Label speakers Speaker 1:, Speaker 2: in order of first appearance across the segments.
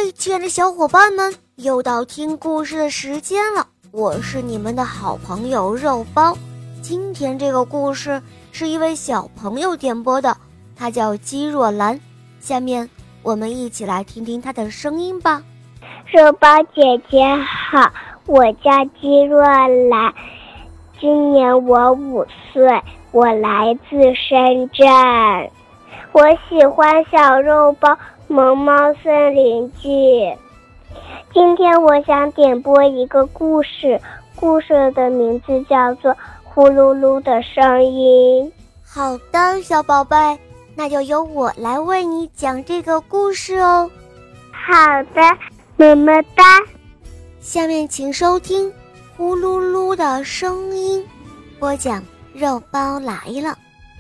Speaker 1: 亲爱的小伙伴们，又到听故事的时间了，我是你们的好朋友肉包。今天这个故事是一位小朋友点播的，他叫姬若兰。下面我们一起来听听他的声音吧。
Speaker 2: 肉包姐姐好，我叫姬若兰，今年我5岁，我来自深圳。我喜欢小肉包萌猫森林记。今天我想点播一个故事，故事的名字叫做《呼噜噜的声音》。
Speaker 1: 好的，小宝贝，那就由我来为你讲这个故事哦。
Speaker 2: 好的，么么哒。
Speaker 1: 下面请收听《呼噜噜的声音》，播讲肉包来了。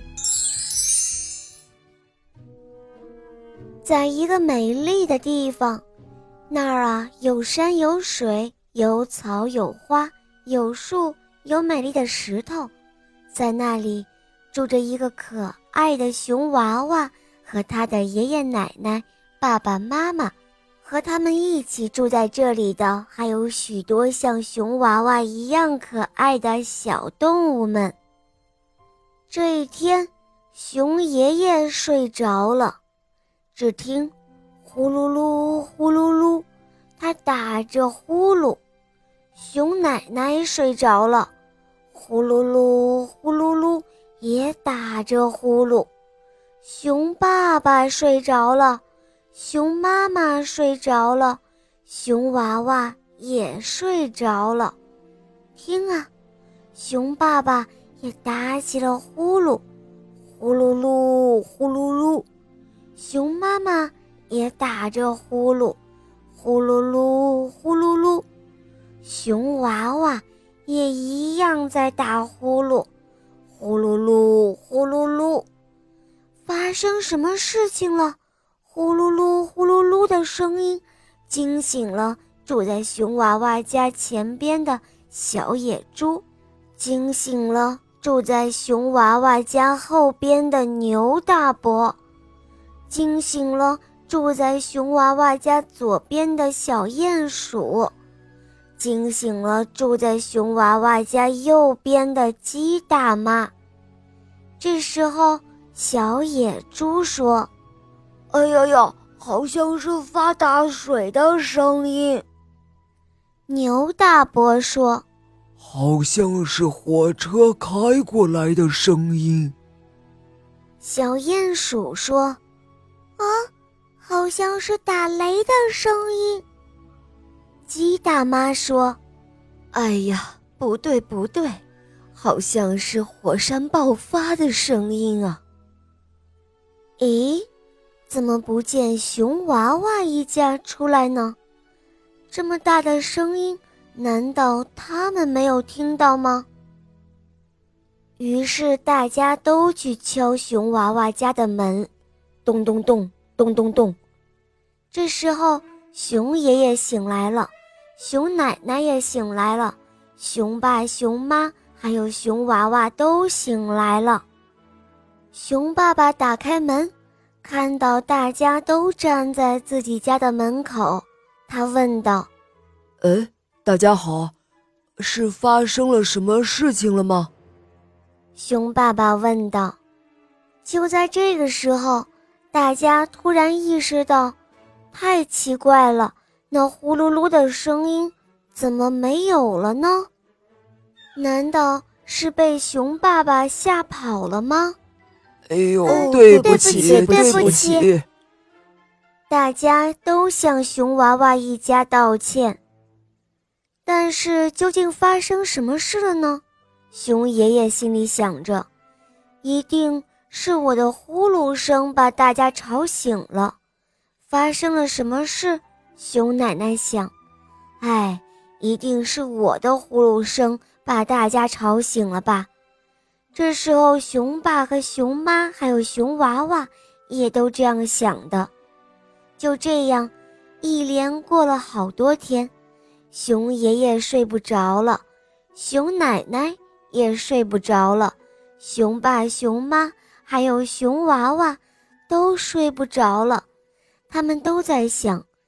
Speaker 1: 在一个美丽的地方，那儿啊，有山有水，有草有花，有树，有美丽的石头。在那里住着一个可爱的熊娃娃和他的爷爷奶奶、爸爸妈妈，和他们一起住在这里的还有许多像熊娃娃一样可爱的小动物们。这一天，熊爷爷睡着了，只听呼噜噜呼噜噜，他打着呼噜。熊奶奶睡着了，呼噜噜呼噜噜，也打着呼噜。熊爸爸睡着了，熊妈妈睡着了，熊娃娃也睡着了。听啊，熊爸爸也打起了呼噜，呼噜噜呼噜噜。熊妈妈也打着呼噜，呼噜噜呼噜噜。熊娃娃也一样在打呼噜，呼噜噜呼噜噜。发生什么事情了？呼噜噜呼噜噜的声音惊醒了住在熊娃娃家前边的小野猪，惊醒了住在熊娃娃家后边的牛大伯，惊醒了住在熊娃娃家左边的小鼹鼠，惊醒了住在熊娃娃家右边的鸡大妈。这时候，小野猪说：“哎呀呀，好像是发大水的声音。”牛大伯说：“
Speaker 3: 好像是火车开过来的声音。”
Speaker 1: 小鼹鼠说：“好像是打雷的声音。”鸡大妈说：“哎呀，不对不对，好像是火山爆发的声音啊。”咦，怎么不见熊娃娃一家出来呢？这么大的声音，难道他们没有听到吗？于是大家都去敲熊娃娃家的门，咚咚咚咚咚咚。这时候熊爷爷醒来了，熊奶奶也醒来了，熊爸熊妈还有熊娃娃都醒来了。熊爸爸打开门，看到大家都站在自己家的门口，他问道：“
Speaker 3: 大家好，是发生了什么事情了吗？”
Speaker 1: 熊爸爸问道。就在这个时候，大家突然意识到，太奇怪了，那呼噜噜的声音怎么没有了呢？难道是被熊爸爸吓跑了吗？
Speaker 3: 哎呦，
Speaker 1: 对
Speaker 3: 不起，
Speaker 1: 对不起。大家都向熊娃娃一家道歉。但是究竟发生什么事了呢？熊爷爷心里想着，一定是我的呼噜声把大家吵醒了。发生了什么事？熊奶奶想，一定是我的呼噜声把大家吵醒了吧。这时候熊爸和熊妈还有熊娃娃也都这样想的。就这样，一连过了好多天，熊爷爷睡不着了，熊奶奶也睡不着了，熊爸熊妈还有熊娃娃都睡不着了。他们都在想，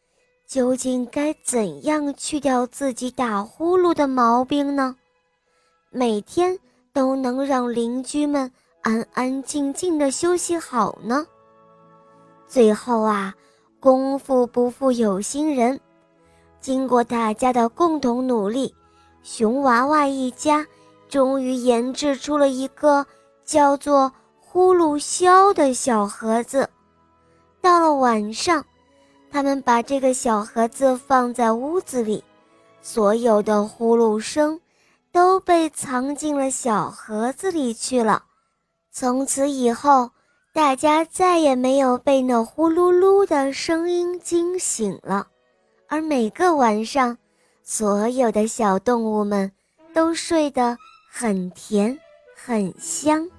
Speaker 1: 究竟该怎样去掉自己打呼噜的毛病呢？每天都能让邻居们安安静静地休息好呢？最后啊，功夫不负有心人，经过大家的共同努力，熊娃娃一家终于研制出了一个叫做呼噜箫的小盒子。到了晚上，他们把这个小盒子放在屋子里，所有的呼噜声都被藏进了小盒子里去了。从此以后，大家再也没有被那呼噜噜的声音惊醒了，而每个晚上，所有的小动物们都睡得很甜很香。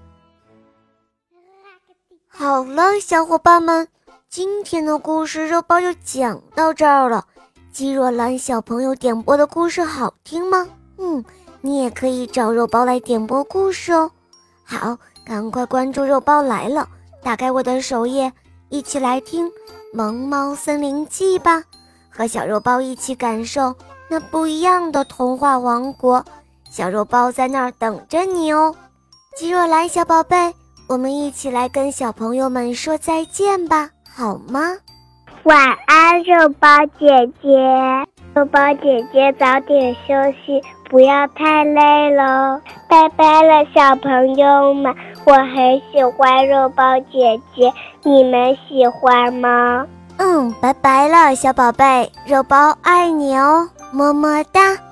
Speaker 1: 好了，小伙伴们，今天的故事肉包就讲到这儿了。姬若兰小朋友点播的故事好听吗？你也可以找肉包来点播故事哦。好，赶快关注肉包来了，打开我的首页，一起来听《萌猫森林记》吧，和小肉包一起感受那不一样的童话王国。小肉包在那儿等着你哦。姬若兰小宝贝，我们一起来跟小朋友们说再见吧，好吗？
Speaker 2: 晚安，肉包姐姐。肉包姐姐早点休息，不要太累咯。拜拜了，小朋友们，我很喜欢肉包姐姐，你们喜欢吗？
Speaker 1: 拜拜了，小宝贝，肉包爱你哦，么么哒。